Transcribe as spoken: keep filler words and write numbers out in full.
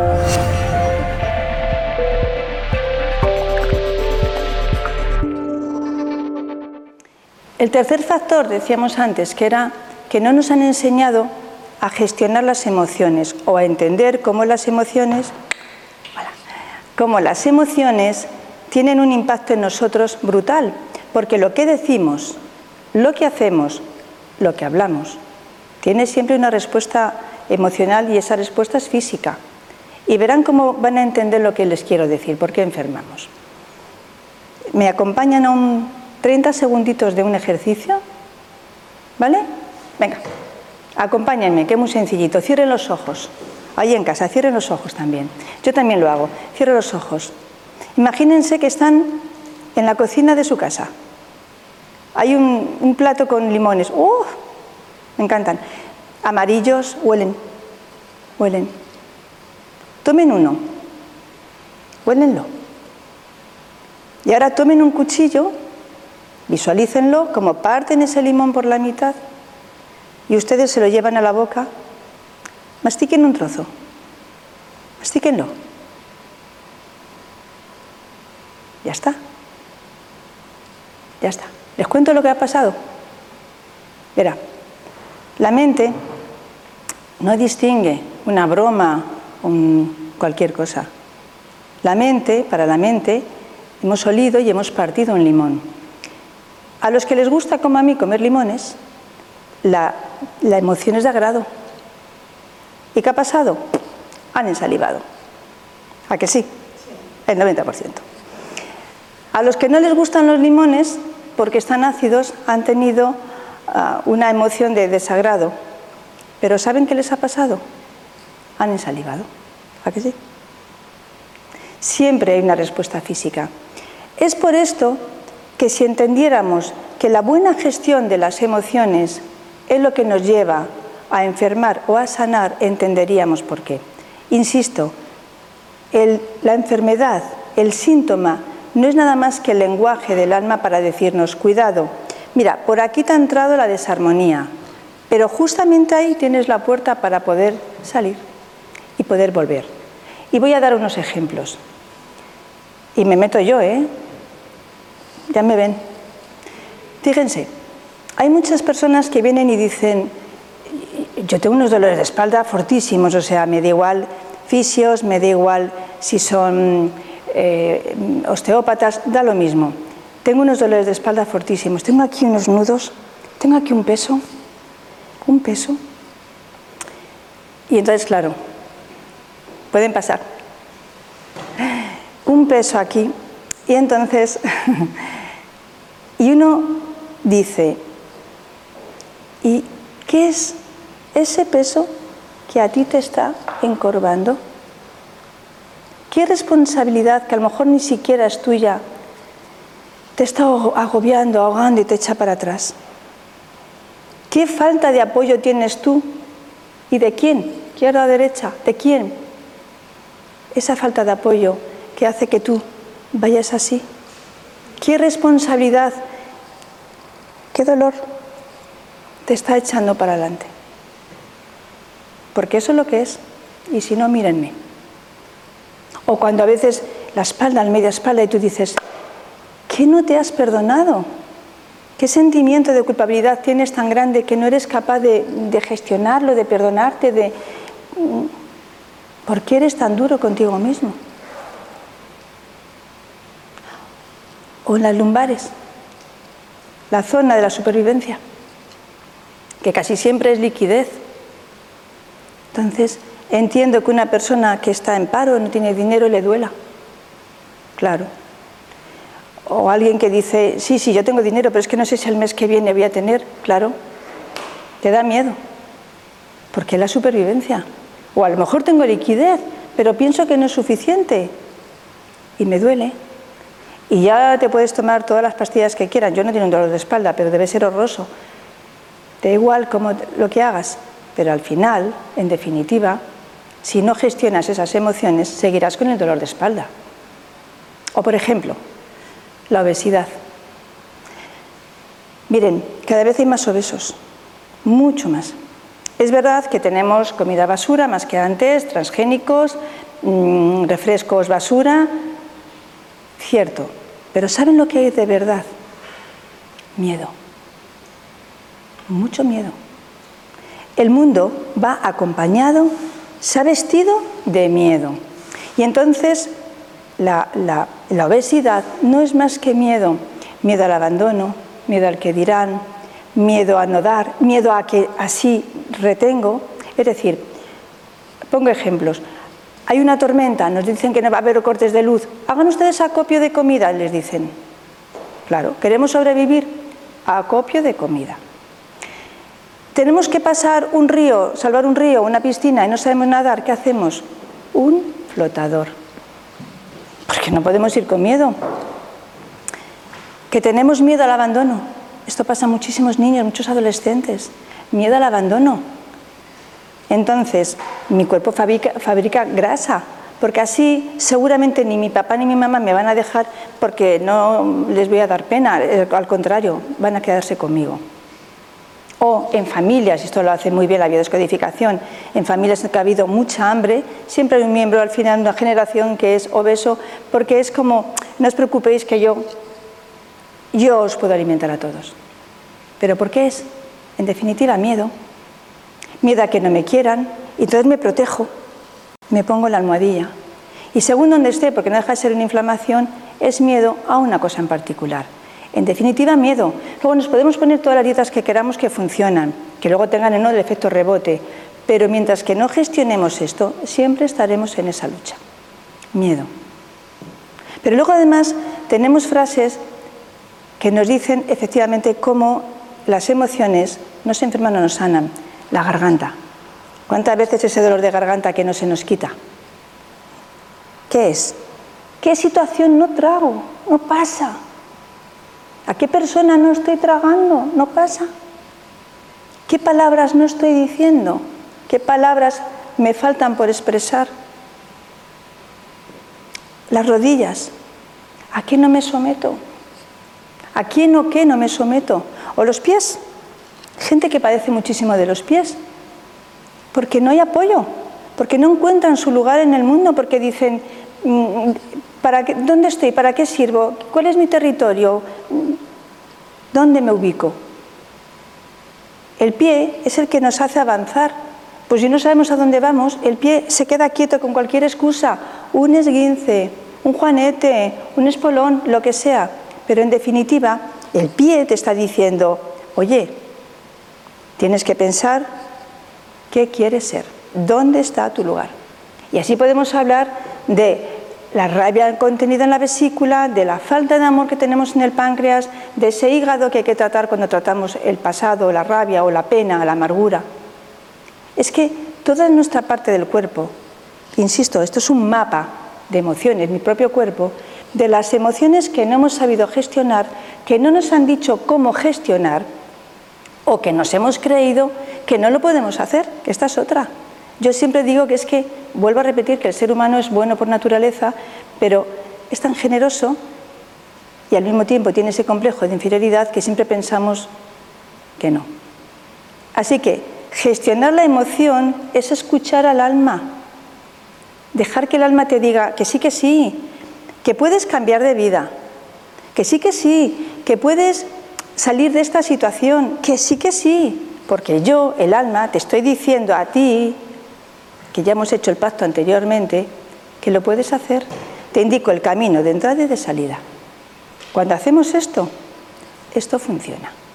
El tercer factor, decíamos antes, que era que no nos han enseñado a gestionar las emociones o a entender cómo las emociones, cómo las emociones tienen un impacto en nosotros brutal, porque lo que decimos, lo que hacemos, lo que hablamos, tiene siempre una respuesta emocional y esa respuesta es física. Y verán cómo van a entender lo que les quiero decir, por qué enfermamos. ¿Me acompañan a un treinta segunditos de un ejercicio? ¿Vale? Venga, acompáñenme, que es muy sencillito. Cierren los ojos. Ahí en casa, cierren los ojos también. Yo también lo hago. Cierren los ojos. Imagínense que están en la cocina de su casa. Hay un, un plato con limones. ¡Uh! Me encantan. Amarillos, huelen. Huelen. Tomen uno. Huélenlo. Y ahora tomen un cuchillo, visualícenlo como parten ese limón por la mitad y ustedes se lo llevan a la boca. Mastiquen un trozo. Mastíquenlo. Ya está. Ya está. ¿Les cuento lo que ha pasado? Verá, la mente no distingue una broma, un cualquier cosa. La mente, para la mente, hemos olido y hemos partido un limón. A los que les gusta, como a mí, comer limones, la, la emoción es de agrado. ¿Y qué ha pasado? Han ensalivado. ¿A que sí? El noventa por ciento. A los que no les gustan los limones, porque están ácidos, han tenido uh, una emoción de desagrado. Pero ¿saben qué les ha pasado? Han ensalivado. ¿A que sí? Siempre hay una respuesta física. Es por esto que si entendiéramos que la buena gestión de las emociones es lo que nos lleva a enfermar o a sanar, entenderíamos por qué. Insisto, el, la enfermedad, el síntoma, no es nada más que el lenguaje del alma para decirnos, cuidado, mira, por aquí te ha entrado la desarmonía, pero justamente ahí tienes la puerta para poder salir y poder volver. Y voy a dar unos ejemplos. Y me meto yo, ¿eh? Ya me ven. Fíjense, hay muchas personas que vienen y dicen, yo tengo unos dolores de espalda fortísimos, o sea, me da igual fisios, me da igual si son eh, osteópatas, da lo mismo. Tengo unos dolores de espalda fortísimos, tengo aquí unos nudos, tengo aquí un peso, un peso. Y entonces, claro, pueden pasar. Un peso aquí, y entonces, y uno dice, ¿y qué es ese peso que a ti te está encorvando? ¿Qué responsabilidad, que a lo mejor ni siquiera es tuya, te está agobiando, ahogando y te echa para atrás? ¿Qué falta de apoyo tienes tú? ¿Y de quién? ¿Izquierda o derecha? ¿De quién? Esa falta de apoyo que hace que tú vayas así. ¿Qué responsabilidad, qué dolor te está echando para adelante? Porque eso es lo que es. Y si no, mírenme. O cuando a veces la espalda, la media espalda, y tú dices, ¿qué no te has perdonado? ¿Qué sentimiento de culpabilidad tienes tan grande que no eres capaz de, de gestionarlo, de perdonarte, de... ¿Por qué eres tan duro contigo mismo? O en las lumbares, la zona de la supervivencia, que casi siempre es liquidez. Entonces, entiendo que una persona que está en paro, no tiene dinero, le duela. Claro. O alguien que dice, sí, sí, yo tengo dinero, pero es que no sé si el mes que viene voy a tener. Claro. Te da miedo. Porque es la supervivencia. O a lo mejor tengo liquidez, pero pienso que no es suficiente. Y me duele. Y ya te puedes tomar todas las pastillas que quieras. Yo no tengo un dolor de espalda, pero debe ser horroroso. Da igual cómo, lo que hagas. Pero al final, en definitiva, si no gestionas esas emociones, seguirás con el dolor de espalda. O, por ejemplo, la obesidad. Miren, cada vez hay más obesos. Mucho más. Es verdad que tenemos comida basura más que antes, transgénicos, mmm, refrescos basura, cierto, pero ¿saben lo que hay de verdad? Miedo, mucho miedo. El mundo va acompañado, se ha vestido de miedo. Y entonces la, la, la obesidad no es más que miedo. Miedo al abandono, miedo al que dirán, miedo a no dar, miedo a que así retengo. Es decir, pongo ejemplos. Hay una tormenta, nos dicen que no va a haber cortes de luz. Hagan ustedes acopio de comida, les dicen. Claro, queremos sobrevivir, acopio de comida. Tenemos que pasar un río, salvar un río, una piscina y no sabemos nadar, ¿qué hacemos? Un flotador. Porque no podemos ir con miedo. Que tenemos miedo al abandono. Esto pasa a muchísimos niños, muchos adolescentes. Miedo al abandono. Entonces, mi cuerpo fabrica, fabrica grasa, porque así seguramente ni mi papá ni mi mamá me van a dejar porque no les voy a dar pena, al contrario, van a quedarse conmigo. O en familias, y esto lo hace muy bien la biodescodificación, en familias en que ha habido mucha hambre, siempre hay un miembro al final de una generación que es obeso, porque es como, no os preocupéis que yo, yo os puedo alimentar a todos. ¿Pero por qué es? En definitiva, miedo. Miedo a que no me quieran, y entonces me protejo, me pongo la almohadilla. Y según donde esté, porque no deja de ser una inflamación, es miedo a una cosa en particular. En definitiva, miedo. Luego nos podemos poner todas las dietas que queramos que funcionan, que luego tengan en no el efecto rebote, pero mientras que no gestionemos esto, siempre estaremos en esa lucha. Miedo. Pero luego además tenemos frases que nos dicen efectivamente cómo las emociones no se enferman o nos sanan. La garganta. ¿Cuántas veces ese dolor de garganta que no se nos quita? ¿Qué es? ¿Qué situación no trago? No pasa. ¿A qué persona no estoy tragando? No pasa. ¿Qué palabras no estoy diciendo? ¿Qué palabras me faltan por expresar? Las rodillas. ¿A qué no me someto? ¿A quién o qué no me someto? ¿O los pies? Gente que padece muchísimo de los pies, porque no hay apoyo, porque no encuentran su lugar en el mundo, porque dicen, ¿para qué, ¿dónde estoy? ¿Para qué sirvo? ¿Cuál es mi territorio? ¿Dónde me ubico? El pie es el que nos hace avanzar. Pues si no sabemos a dónde vamos, el pie se queda quieto con cualquier excusa, un esguince, un juanete, un espolón, lo que sea. Pero en definitiva, el pie te está diciendo, oye, tienes que pensar qué quieres ser, dónde está tu lugar. Y así podemos hablar de la rabia contenida en la vesícula, de la falta de amor que tenemos en el páncreas, de ese hígado que hay que tratar cuando tratamos el pasado, la rabia o la pena, la amargura. Es que toda nuestra parte del cuerpo, insisto, esto es un mapa de emociones, mi propio cuerpo, de las emociones que no hemos sabido gestionar, que no nos han dicho cómo gestionar, o que nos hemos creído que no lo podemos hacer, que esta es otra. Yo siempre digo que es que, vuelvo a repetir, que el ser humano es bueno por naturaleza, pero es tan generoso y al mismo tiempo tiene ese complejo de inferioridad que siempre pensamos que no. Así que gestionar la emoción es escuchar al alma, dejar que el alma te diga que sí, que sí, que puedes cambiar de vida, que sí, que sí, que puedes salir de esta situación, que sí, que sí, porque yo, el alma, te estoy diciendo a ti, que ya hemos hecho el pacto anteriormente, que lo puedes hacer. Te indico el camino de entrada y de salida. Cuando hacemos esto, esto funciona.